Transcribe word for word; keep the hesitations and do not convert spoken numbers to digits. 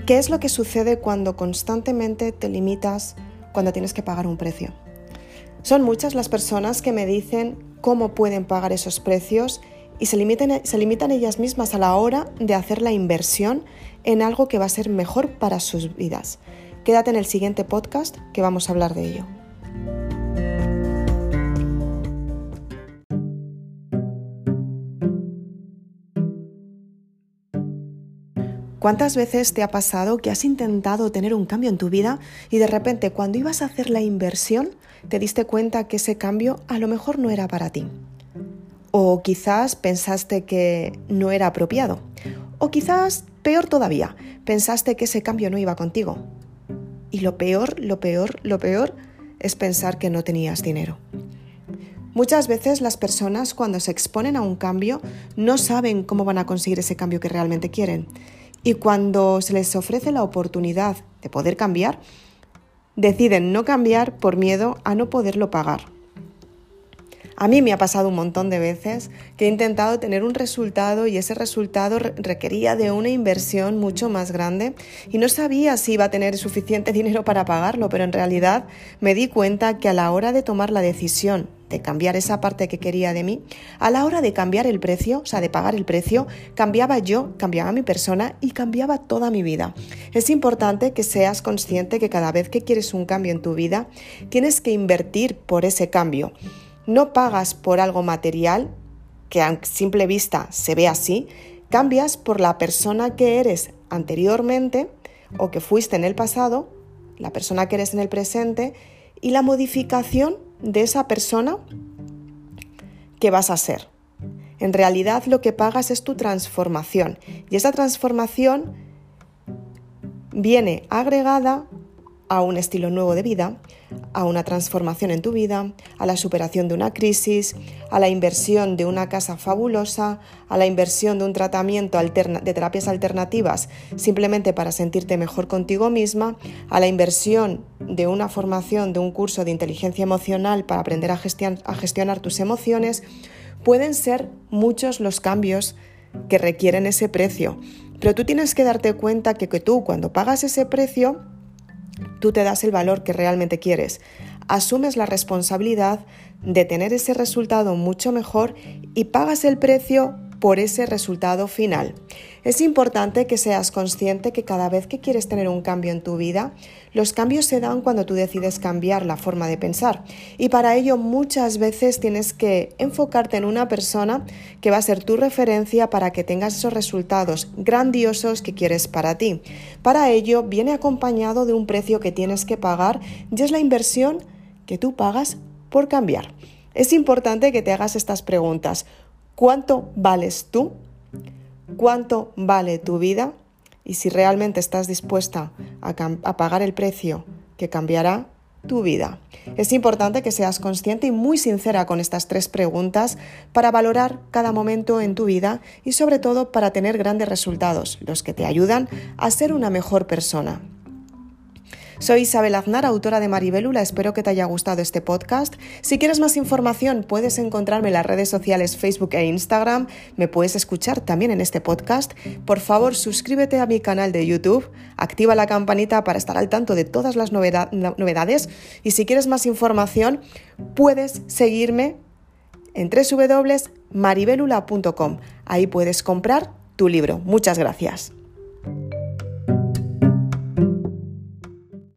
¿Qué es lo que sucede cuando constantemente te limitas cuando tienes que pagar un precio? Son muchas las personas que me dicen cómo pueden pagar esos precios y se limitan, se limitan ellas mismas a la hora de hacer la inversión en algo que va a ser mejor para sus vidas. Quédate en el siguiente podcast que vamos a hablar de ello. ¿Cuántas veces te ha pasado que has intentado tener un cambio en tu vida y de repente cuando ibas a hacer la inversión te diste cuenta que ese cambio a lo mejor no era para ti? O quizás pensaste que no era apropiado. O quizás, peor todavía, pensaste que ese cambio no iba contigo. Y lo peor, lo peor, lo peor es pensar que no tenías dinero. Muchas veces las personas cuando se exponen a un cambio no saben cómo van a conseguir ese cambio que realmente quieren. Y cuando se les ofrece la oportunidad de poder cambiar, deciden no cambiar por miedo a no poderlo pagar. A mí me ha pasado un montón de veces que he intentado tener un resultado y ese resultado requería de una inversión mucho más grande y no sabía si iba a tener suficiente dinero para pagarlo, pero en realidad me di cuenta que a la hora de tomar la decisión de cambiar esa parte que quería de mí, a la hora de cambiar el precio, o sea, de pagar el precio, cambiaba yo, cambiaba mi persona y cambiaba toda mi vida. Es importante que seas consciente que cada vez que quieres un cambio en tu vida, tienes que invertir por ese cambio. No pagas por algo material, que a simple vista se ve así, cambias por la persona que eres anteriormente o que fuiste en el pasado, la persona que eres en el presente y la modificación de esa persona que vas a ser. En realidad lo que pagas es tu transformación y esa transformación viene agregada a un estilo nuevo de vida, a una transformación en tu vida, a la superación de una crisis, a la inversión de una casa fabulosa, a la inversión de un tratamiento alterna- de terapias alternativas simplemente para sentirte mejor contigo misma, a la inversión de una formación de un curso de inteligencia emocional para aprender a, gestion- a gestionar tus emociones. Pueden ser muchos los cambios que requieren ese precio, pero tú tienes que darte cuenta que, que tú cuando pagas ese precio tú te das el valor que realmente quieres, asumes la responsabilidad de tener ese resultado mucho mejor y pagas el precio por ese resultado final. Es importante que seas consciente que cada vez que quieres tener un cambio en tu vida, los cambios se dan cuando tú decides cambiar la forma de pensar y para ello muchas veces tienes que enfocarte en una persona que va a ser tu referencia para que tengas esos resultados grandiosos que quieres para ti. Para ello viene acompañado de un precio que tienes que pagar y es la inversión que tú pagas por cambiar. Es importante que te hagas estas preguntas. ¿Cuánto vales tú? ¿Cuánto vale tu vida? Y si realmente estás dispuesta a, cam- a pagar el precio que cambiará tu vida. Es importante que seas consciente y muy sincera con estas tres preguntas para valorar cada momento en tu vida y sobre todo para tener grandes resultados, los que te ayudan a ser una mejor persona. Soy Isabel Aznar, autora de Maribélula, espero que te haya gustado este podcast. Si quieres más información puedes encontrarme en las redes sociales Facebook e Instagram, me puedes escuchar también en este podcast. Por favor, suscríbete a mi canal de YouTube, activa la campanita para estar al tanto de todas las noveda- novedades y si quieres más información puedes seguirme en doble u doble u doble u punto maribelula punto com, ahí puedes comprar tu libro. Muchas gracias.